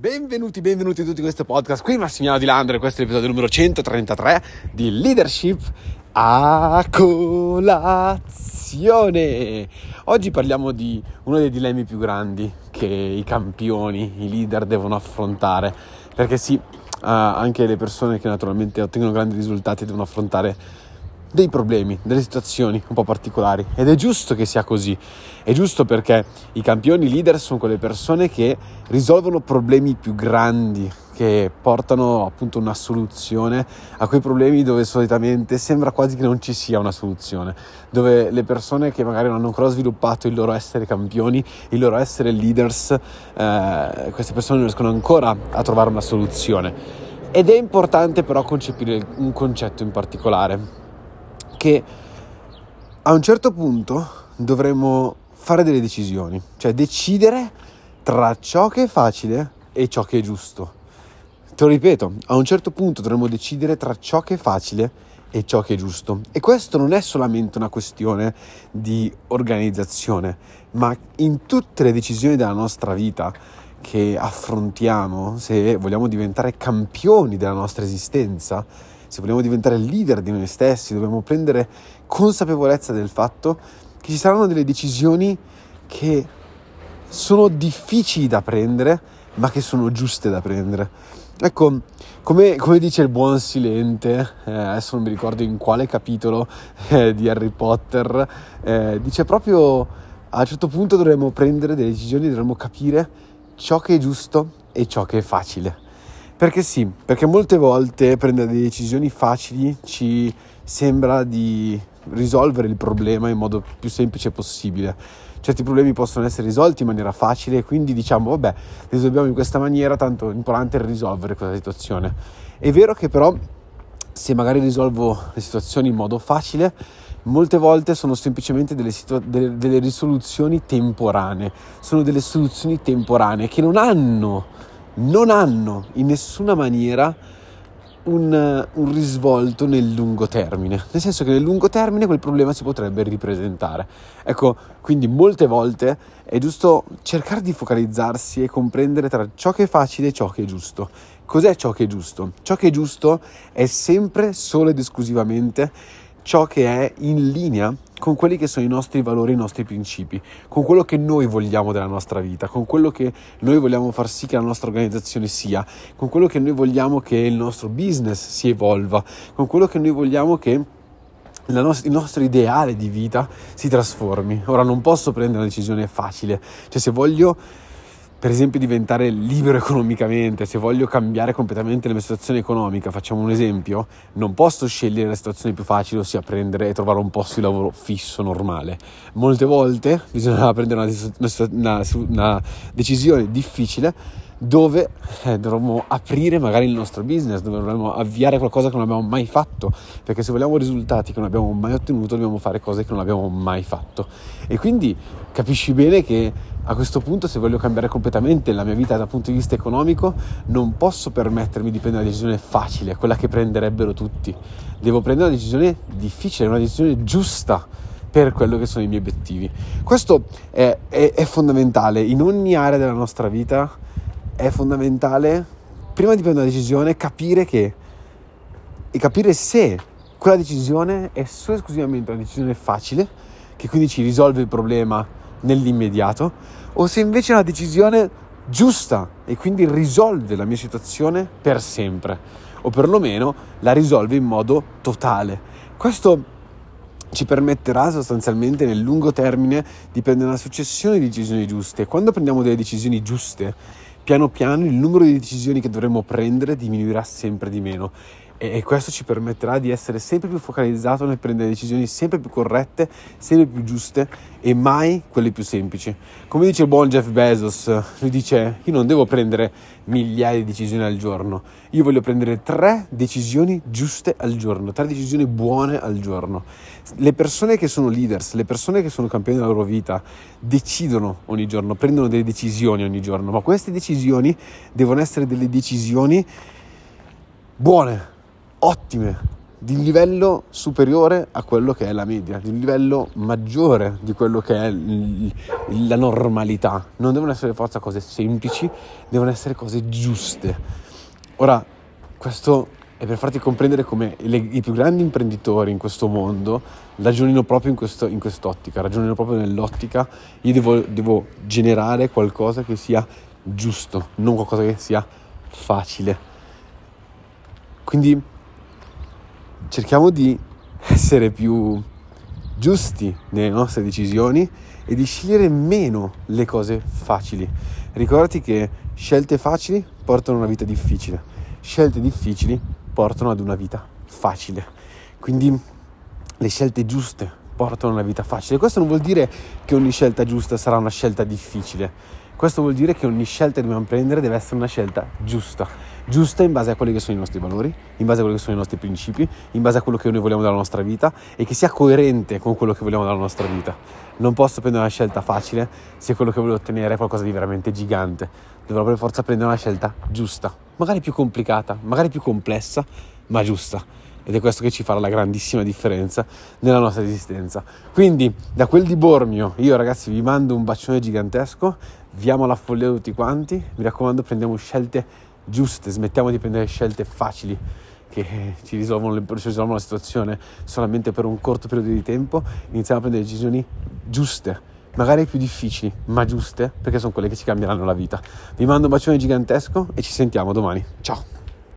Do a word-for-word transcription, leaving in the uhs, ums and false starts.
Benvenuti, benvenuti a tutti in questo podcast. Qui Massimiliano Di Landro e questo è l'episodio numero centotrentatré di Leadership a colazione. Oggi parliamo di uno dei dilemmi più grandi che i campioni, i leader devono affrontare, perché sì, uh, anche le persone che naturalmente ottengono grandi risultati devono affrontare dei problemi, delle situazioni un po' particolari, ed è giusto che sia così. È giusto perché i campioni leader sono quelle persone che risolvono problemi più grandi, che portano appunto una soluzione a quei problemi dove solitamente sembra quasi che non ci sia una soluzione, dove le persone che magari non hanno ancora sviluppato il loro essere campioni, il loro essere leaders, eh, queste persone non riescono ancora a trovare una soluzione. Ed è importante però concepire un concetto in particolare, che a un certo punto dovremo fare delle decisioni, cioè decidere tra ciò che è facile e ciò che è giusto. Te lo ripeto, a un certo punto dovremo decidere tra ciò che è facile e ciò che è giusto. E questo non è solamente una questione di organizzazione, ma in tutte le decisioni della nostra vita che affrontiamo, se vogliamo diventare campioni della nostra esistenza, se vogliamo diventare leader di noi stessi, dobbiamo prendere consapevolezza del fatto che ci saranno delle decisioni che sono difficili da prendere, ma che sono giuste da prendere. Ecco, come, come dice il buon Silente, eh, adesso non mi ricordo in quale capitolo eh, di Harry Potter, eh, dice proprio a un certo punto dovremo prendere delle decisioni, dovremo capire ciò che è giusto e ciò che è facile. Perché sì, perché molte volte prendere delle decisioni facili ci sembra di risolvere il problema in modo più semplice possibile. Certi problemi possono essere risolti in maniera facile e quindi diciamo vabbè, li risolviamo in questa maniera, tanto l'importante è risolvere questa situazione. È vero che però se magari risolvo le situazioni in modo facile, molte volte sono semplicemente delle, situ- delle, delle risoluzioni temporanee, sono delle soluzioni temporanee che non hanno non hanno in nessuna maniera un, un risvolto nel lungo termine, nel senso che nel lungo termine quel problema si potrebbe ripresentare. Ecco, quindi molte volte è giusto cercare di focalizzarsi e comprendere tra ciò che è facile e ciò che è giusto. Cos'è ciò che è giusto? Ciò che è giusto è sempre, solo ed esclusivamente ciò che è in linea con quelli che sono i nostri valori, i nostri principi, con quello che noi vogliamo della nostra vita, con quello che noi vogliamo far sì che la nostra organizzazione sia, con quello che noi vogliamo che il nostro business si evolva, con quello che noi vogliamo che la nost- il nostro ideale di vita si trasformi. Ora non posso prendere una decisione facile, cioè se voglio per esempio diventare libero economicamente, se voglio cambiare completamente la mia situazione economica, facciamo un esempio, non posso scegliere la situazione più facile, ossia prendere e trovare un posto di lavoro fisso, normale. Molte volte bisogna prendere una, una, una decisione difficile dove eh, dovremmo aprire magari il nostro business, dove dovremmo avviare qualcosa che non abbiamo mai fatto, perché se vogliamo risultati che non abbiamo mai ottenuto dobbiamo fare cose che non abbiamo mai fatto. E quindi capisci bene che a questo punto, se voglio cambiare completamente la mia vita dal punto di vista economico, non posso permettermi di prendere una decisione facile, quella che prenderebbero tutti. Devo prendere una decisione difficile, una decisione giusta per quello che sono i miei obiettivi. Questo è, è, è fondamentale in ogni area della nostra vita. È fondamentale, prima di prendere una decisione, capire che e capire se quella decisione è solo esclusivamente una decisione facile, che quindi ci risolve il problema nell'immediato, o se invece è una decisione giusta e quindi risolve la mia situazione per sempre, o perlomeno la risolve in modo totale. Questo ci permetterà sostanzialmente nel lungo termine di prendere una successione di decisioni giuste. Quando prendiamo delle decisioni giuste, piano piano il numero di decisioni che dovremo prendere diminuirà sempre di meno, e questo ci permetterà di essere sempre più focalizzato nel prendere decisioni sempre più corrette, sempre più giuste e mai quelle più semplici. Come dice il buon Jeff Bezos, lui dice: io non devo prendere migliaia di decisioni al giorno, io voglio prendere tre decisioni giuste al giorno, tre decisioni buone al giorno. Le persone che sono leaders, le persone che sono campioni della loro vita decidono ogni giorno, prendono delle decisioni ogni giorno, ma queste decisioni devono essere delle decisioni buone, ottime, di un livello superiore a quello che è la media, di un livello maggiore di quello che è il, il, la normalità. Non devono essere forza cose semplici, devono essere cose giuste. Ora, questo è per farti comprendere come le, i più grandi imprenditori in questo mondo ragionino proprio in, questo, in quest'ottica, ragionino proprio nell'ottica: io devo, devo generare qualcosa che sia giusto, non qualcosa che sia facile. Quindi cerchiamo di essere più giusti nelle nostre decisioni e di scegliere meno le cose facili. Ricordati che scelte facili portano a una vita difficile, scelte difficili portano ad una vita facile. Quindi le scelte giuste portano a una vita facile. Questo non vuol dire che ogni scelta giusta sarà una scelta difficile. Questo vuol dire che ogni scelta che dobbiamo prendere deve essere una scelta giusta, giusta in base a quelli che sono i nostri valori, in base a quelli che sono i nostri principi, in base a quello che noi vogliamo dalla nostra vita e che sia coerente con quello che vogliamo dalla nostra vita. Non posso prendere una scelta facile se quello che voglio ottenere è qualcosa di veramente gigante. Dovrò per forza prendere una scelta giusta, magari più complicata, magari più complessa, ma giusta. Ed è questo che ci farà la grandissima differenza nella nostra esistenza. Quindi, da quel di Bormio, io ragazzi vi mando un bacione gigantesco, vi amo alla follia tutti quanti, mi raccomando, prendiamo scelte giuste, smettiamo di prendere scelte facili che ci risolvono, le, ci risolvono la situazione solamente per un corto periodo di tempo, iniziamo a prendere decisioni giuste, magari più difficili, ma giuste, perché sono quelle che ci cambieranno la vita. Vi mando un bacione gigantesco e ci sentiamo domani. Ciao!